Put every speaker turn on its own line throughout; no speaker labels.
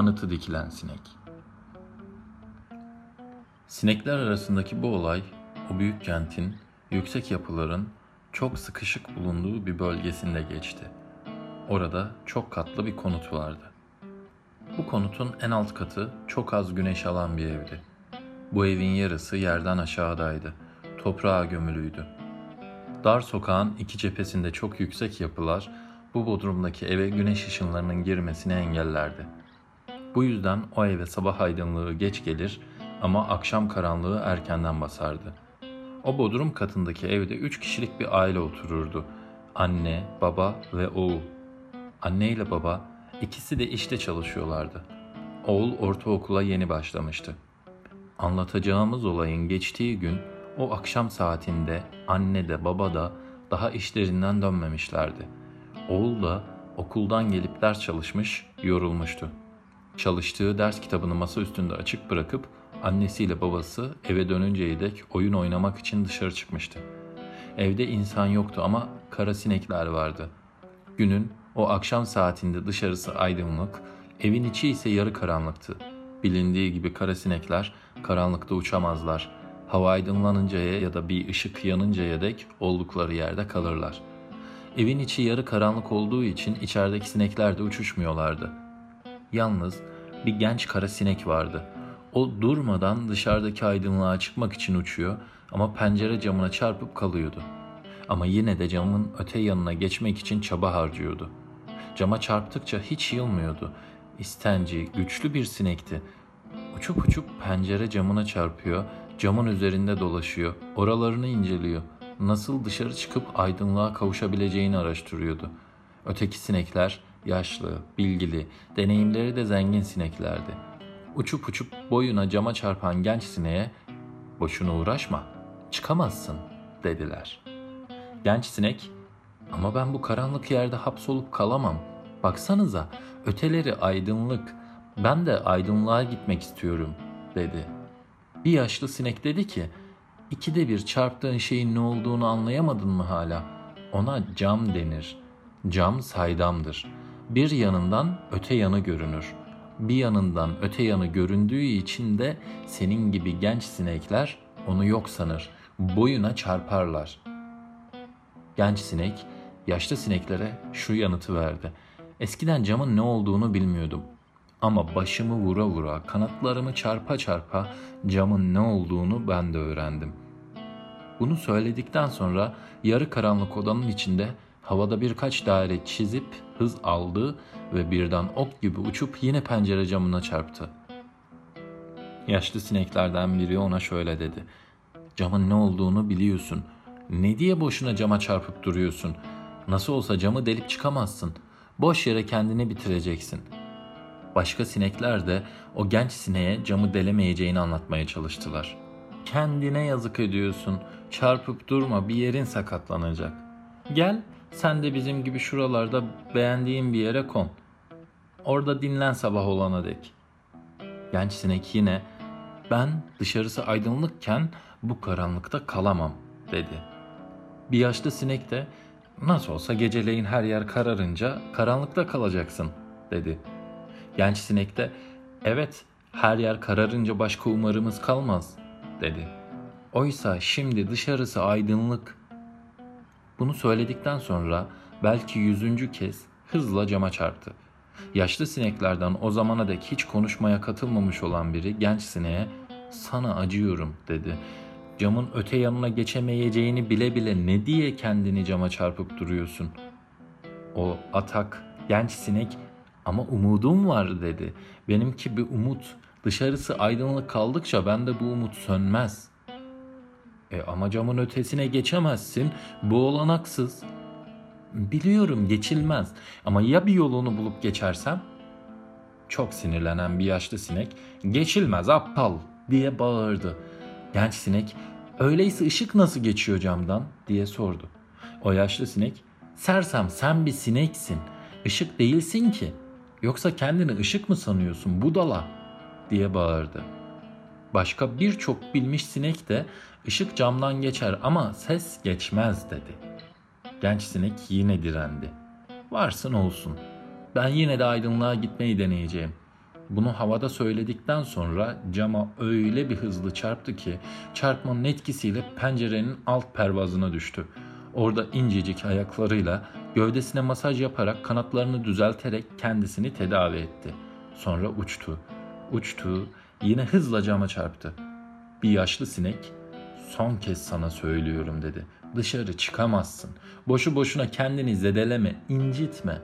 anıtı dikilen sinek. Sinekler arasındaki bu olay, o büyük kentin, yüksek yapıların çok sıkışık bulunduğu bir bölgesinde geçti. Orada çok katlı bir konut vardı. Bu konutun en alt katı çok az güneş alan bir evdi. Bu evin yarısı yerden aşağıdaydı, toprağa gömülüydü. Dar sokağın iki cephesinde çok yüksek yapılar, bu bodrumdaki eve güneş ışınlarının girmesini engellerdi. Bu yüzden o eve sabah aydınlığı geç gelir ama akşam karanlığı erkenden basardı. O bodrum katındaki evde 3 kişilik bir aile otururdu. Anne, baba ve oğul. Anne ile baba ikisi de işte çalışıyorlardı. Oğul ortaokula yeni başlamıştı. Anlatacağımız olayın geçtiği gün o akşam saatinde anne de baba da daha işlerinden dönmemişlerdi. Oğul da okuldan gelip ders çalışmış, yorulmuştu. Çalıştığı ders kitabını masa üstünde açık bırakıp annesiyle babası eve dönünceye dek oyun oynamak için dışarı çıkmıştı. Evde insan yoktu ama kara sinekler vardı. Günün o akşam saatinde dışarısı aydınlık, evin içi ise yarı karanlıktı. Bilindiği gibi kara sinekler karanlıkta uçamazlar. Hava aydınlanıncaya ya da bir ışık yanıncaya dek oldukları yerde kalırlar. Evin içi yarı karanlık olduğu için içerideki sinekler de uçuşmuyorlardı. Yalnız bir genç kara sinek vardı. O durmadan dışarıdaki aydınlığa çıkmak için uçuyor ama pencere camına çarpıp kalıyordu. Ama yine de camın öte yanına geçmek için çaba harcıyordu. Cama çarptıkça hiç yılmıyordu. İstenci, güçlü bir sinekti. Uçup uçup pencere camına çarpıyor, camın üzerinde dolaşıyor, oralarını inceliyor. Nasıl dışarı çıkıp aydınlığa kavuşabileceğini araştırıyordu. Öteki sinekler yaşlı, bilgili, deneyimleri de zengin sineklerdi. Uçup uçup boyuna cama çarpan genç sineğe "Boşuna uğraşma, çıkamazsın," dediler. Genç sinek, "Ama ben bu karanlık yerde hapsolup kalamam. Baksanıza, öteleri aydınlık. Ben de aydınlığa gitmek istiyorum," dedi. Bir yaşlı sinek dedi ki, "İkide bir çarptığın şeyin ne olduğunu anlayamadın mı hala? Ona cam denir. Cam saydamdır. Bir yanından öte yanı görünür. Bir yanından öte yanı göründüğü için de senin gibi genç sinekler onu yok sanır. Boyuna çarparlar." Genç sinek, yaşlı sineklere şu yanıtı verdi. "Eskiden camın ne olduğunu bilmiyordum. Ama başımı vura vura, kanatlarımı çarpa çarpa camın ne olduğunu ben de öğrendim." Bunu söyledikten sonra yarı karanlık odanın içinde havada birkaç daire çizip hız aldı ve birden ok gibi uçup yine pencere camına çarptı. Yaşlı sineklerden biri ona şöyle dedi: "Camın ne olduğunu biliyorsun. Ne diye boşuna cama çarpıp duruyorsun? Nasıl olsa camı delip çıkamazsın. Boş yere kendini bitireceksin." Başka sinekler de o genç sineğe camı delemeyeceğini anlatmaya çalıştılar. "Kendine yazık ediyorsun. Çarpıp durma, bir yerin sakatlanacak. Gel, sen de bizim gibi şuralarda beğendiğin bir yere kon. Orada dinlen sabah olana dek." Genç sinek yine, "Ben dışarısı aydınlıkken bu karanlıkta kalamam," dedi. Bir yaşlı sinek de, "Nasıl olsa geceleyin her yer kararınca karanlıkta kalacaksın," dedi. Genç sinek de, "Evet, her yer kararınca başka umarımız kalmaz," dedi. "Oysa şimdi dışarısı aydınlık." Bunu söyledikten sonra belki 100. kez hızla cama çarptı. Yaşlı sineklerden o zamana dek hiç konuşmaya katılmamış olan biri genç sineğe, "Sana acıyorum," dedi. "Camın öte yanına geçemeyeceğini bile bile ne diye kendini cama çarpıp duruyorsun?" O atak genç sinek, "Ama umudum var," dedi. "Benimki bir umut. Dışarısı aydınlık kaldıkça bende bu umut sönmez." Ama camın ötesine geçemezsin. Bu olanaksız." "Biliyorum, geçilmez. Ama ya bir yolunu bulup geçersem?" Çok sinirlenen bir yaşlı sinek, "Geçilmez aptal," diye bağırdı. Genç sinek, "Öyleyse ışık nasıl geçiyor camdan?" diye sordu. O yaşlı sinek, "Sersem, sen bir sineksin. Işık değilsin ki. Yoksa kendini ışık mı sanıyorsun budala?" diye bağırdı. Başka birçok bilmiş sinek de, "Işık camdan geçer ama ses geçmez," dedi. Genç sinek yine direndi. "Varsın olsun. Ben yine de aydınlığa gitmeyi deneyeceğim. Bunu havada söyledikten sonra cama öyle bir hızlı çarptı ki çarpmanın etkisiyle pencerenin alt pervazına düştü. Orada incecik ayaklarıyla gövdesine masaj yaparak kanatlarını düzelterek kendisini tedavi etti. Sonra uçtu. Uçtu, yine hızla cama çarptı. Bir yaşlı sinek, "Son kez sana söylüyorum," dedi. "Dışarı çıkamazsın. Boşu boşuna kendini zedeleme, incitme."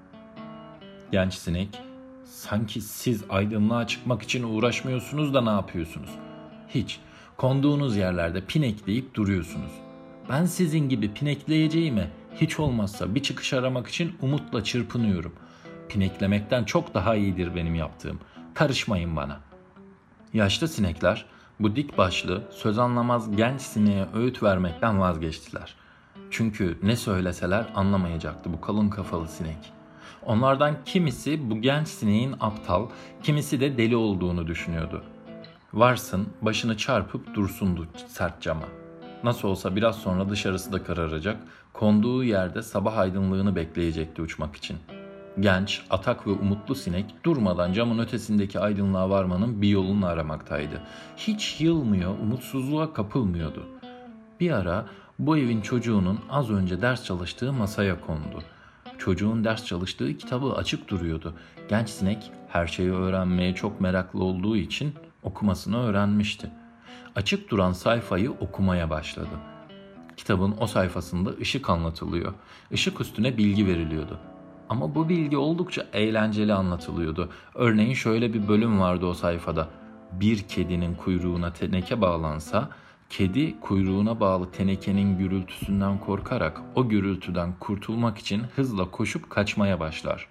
Genç sinek, "Sanki siz aydınlığa çıkmak için uğraşmıyorsunuz da ne yapıyorsunuz? Hiç. Konduğunuz yerlerde pinekleyip duruyorsunuz. Ben sizin gibi pinekleyeceğime hiç olmazsa bir çıkış aramak için umutla çırpınıyorum. Pineklemekten çok daha iyidir benim yaptığım. Karışmayın bana." Yaşlı sinekler bu dik başlı, söz anlamaz genç sineğe öğüt vermekten vazgeçtiler. Çünkü ne söyleseler anlamayacaktı bu kalın kafalı sinek. Onlardan kimisi bu genç sineğin aptal, kimisi de deli olduğunu düşünüyordu. Varsın başını çarpıp dursundu sert cama. Nasıl olsa biraz sonra dışarısı da kararacak, konduğu yerde sabah aydınlığını bekleyecekti uçmak için. Genç, atak ve umutlu sinek durmadan camın ötesindeki aydınlığa varmanın bir yolunu aramaktaydı. Hiç yılmıyor, umutsuzluğa kapılmıyordu. Bir ara bu evin çocuğunun az önce ders çalıştığı masaya kondu. Çocuğun ders çalıştığı kitabı açık duruyordu. Genç sinek her şeyi öğrenmeye çok meraklı olduğu için okumasını öğrenmişti. Açık duran sayfayı okumaya başladı. Kitabın o sayfasında ışık anlatılıyor. Işık üstüne bilgi veriliyordu. Ama bu bilgi oldukça eğlenceli anlatılıyordu. Örneğin şöyle bir bölüm vardı o sayfada. Bir kedinin kuyruğuna teneke bağlansa, kedi kuyruğuna bağlı tenekenin gürültüsünden korkarak o gürültüden kurtulmak için hızla koşup kaçmaya başlar.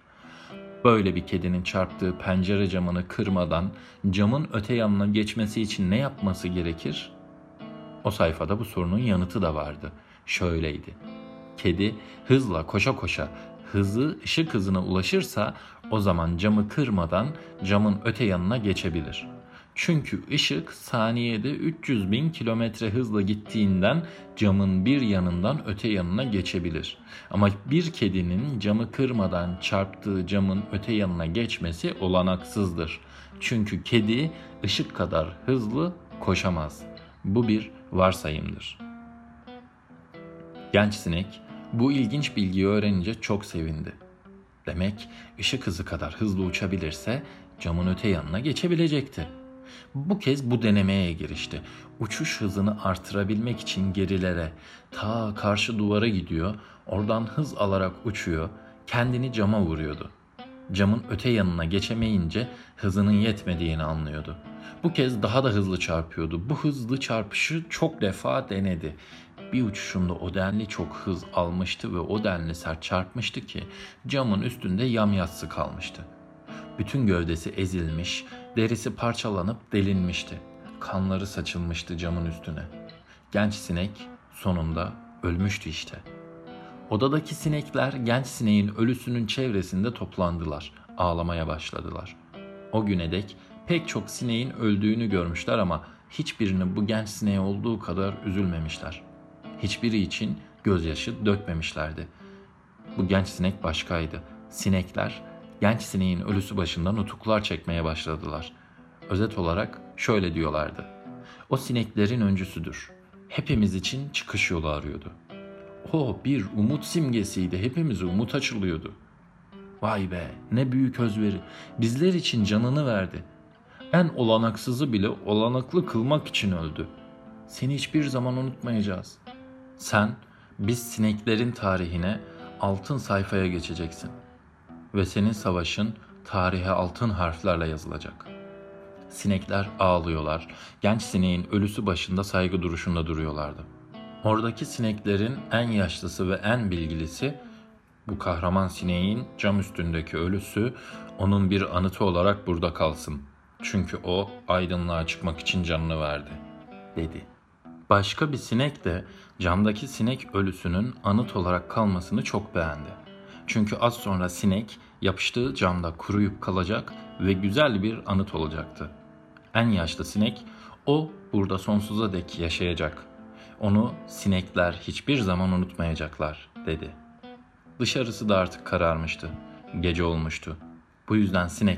Böyle bir kedinin çarptığı pencere camını kırmadan camın öte yanına geçmesi için ne yapması gerekir? O sayfada bu sorunun yanıtı da vardı. Şöyleydi: kedi hızla koşa koşa hızı ışık hızına ulaşırsa o zaman camı kırmadan camın öte yanına geçebilir. Çünkü ışık saniyede 300.000 kilometre hızla gittiğinden camın bir yanından öte yanına geçebilir. Ama bir kedinin camı kırmadan çarptığı camın öte yanına geçmesi olanaksızdır. Çünkü kedi ışık kadar hızlı koşamaz. Bu bir varsayımdır. Genç sinek bu ilginç bilgiyi öğrenince çok sevindi. Demek ışık hızı kadar hızlı uçabilirse camın öte yanına geçebilecekti. Bu kez bu denemeye girişti. Uçuş hızını artırabilmek için gerilere, ta karşı duvara gidiyor, oradan hız alarak uçuyor, kendini cama vuruyordu. Camın öte yanına geçemeyince hızının yetmediğini anlıyordu. Bu kez daha da hızlı çarpıyordu. Bu hızlı çarpışı çok defa denedi. Bir uçuşunda o denli çok hız almıştı ve o denli sert çarpmıştı ki camın üstünde yamyassı kalmıştı. Bütün gövdesi ezilmiş, derisi parçalanıp delinmişti. Kanları saçılmıştı camın üstüne. Genç sinek sonunda ölmüştü işte. Odadaki sinekler genç sineğin ölüsünün çevresinde toplandılar, ağlamaya başladılar. O güne dek pek çok sineğin öldüğünü görmüşler ama hiçbirini bu genç sineğe olduğu kadar üzülmemişler. Hiçbiri için gözyaşı dökmemişlerdi. Bu genç sinek başkaydı. Sinekler genç sineğin ölüsü başında nutuklar çekmeye başladılar. Özet olarak şöyle diyorlardı: "O sineklerin öncüsüdür. Hepimiz için çıkış yolu arıyordu. O bir umut simgesiydi. Hepimize umut açılıyordu. Vay be, ne büyük özveri. Bizler için canını verdi. En olanaksızı bile olanaklı kılmak için öldü. Seni hiçbir zaman unutmayacağız. Sen, biz sineklerin tarihine altın sayfaya geçeceksin. Ve senin savaşın tarihe altın harflerle yazılacak." Sinekler ağlıyorlar. Genç sineğin ölüsü başında saygı duruşunda duruyorlardı. Oradaki sineklerin en yaşlısı ve en bilgilisi, bu kahraman sineğin cam üstündeki ölüsü onun bir anıtı olarak burada kalsın. Çünkü o aydınlığa çıkmak için canını verdi, dedi. Başka bir sinek de camdaki sinek ölüsünün anıt olarak kalmasını çok beğendi. Çünkü az sonra sinek yapıştığı camda kuruyup kalacak ve güzel bir anıt olacaktı. En yaşlı sinek, o burada sonsuza dek yaşayacak. Onu sinekler hiçbir zaman unutmayacaklar, dedi. Dışarısı da artık kararmıştı. Gece olmuştu. Bu yüzden sinekler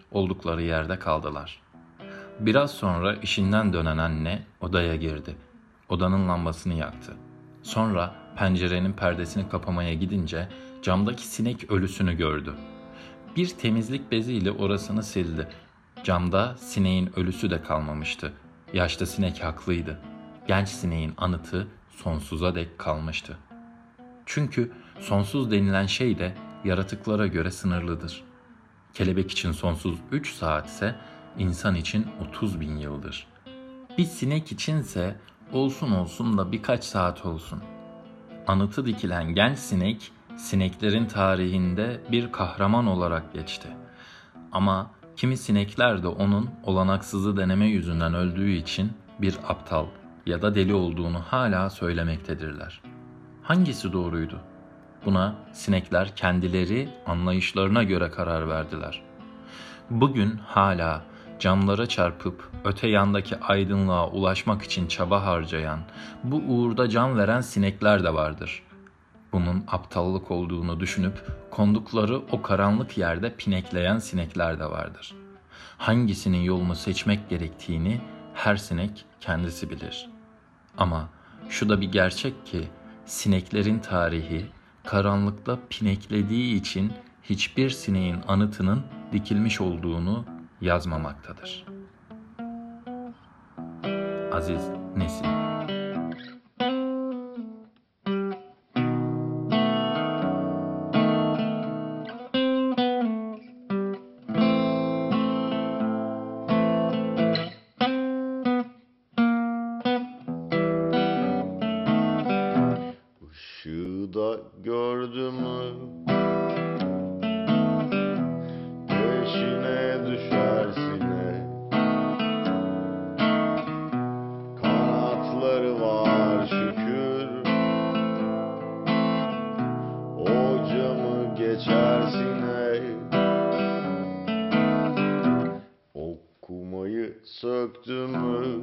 oldukları yerde kaldılar. Biraz sonra işinden dönen anne odaya girdi. Odanın lambasını yaktı. Sonra pencerenin perdesini kapamaya gidince camdaki sinek ölüsünü gördü. Bir temizlik beziyle orasını sildi. Camda sineğin ölüsü de kalmamıştı. Yaşlı sinek haklıydı. Genç sineğin anıtı sonsuza dek kalmıştı. Çünkü sonsuz denilen şey de yaratıklara göre sınırlıdır. Kelebek için sonsuz 3 saatse insan için 30 bin yıldır. Bir sinek içinse olsun olsun da birkaç saat olsun. Anıtı dikilen genç sinek, sineklerin tarihinde bir kahraman olarak geçti. Ama kimi sinekler de onun olanaksızı deneme yüzünden öldüğü için bir aptal ya da deli olduğunu hala söylemektedirler. Hangisi doğruydu? Buna sinekler kendileri anlayışlarına göre karar verdiler. Bugün hala camlara çarpıp öte yandaki aydınlığa ulaşmak için çaba harcayan, bu uğurda can veren sinekler de vardır. Bunun aptallık olduğunu düşünüp kondukları o karanlık yerde pinekleyen sinekler de vardır. Hangisinin yolunu seçmek gerektiğini her sinek kendisi bilir. Ama şu da bir gerçek ki sineklerin tarihi karanlıkta pineklediği için hiçbir sineğin anıtının dikilmiş olduğunu yazmamaktadır. Aziz Nesin.
Işığı da gördü mü? Peşine düşersine. Kanatları var şükür. O camı geçersine. Okumayı söktü mü?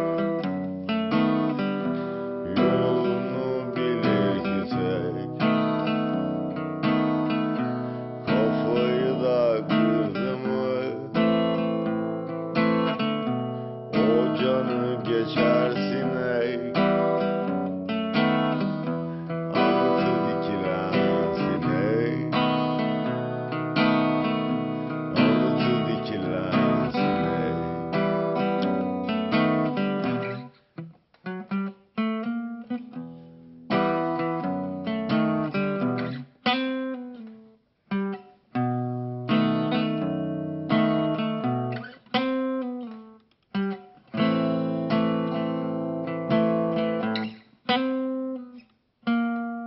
Yolunu bilir ki tek. Kafayı da kırdı mı? O canı geçersine. Anıtı dikilen sinek. Anıtı dikilen sinek.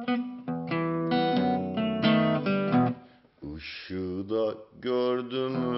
Işığı da gördü mü?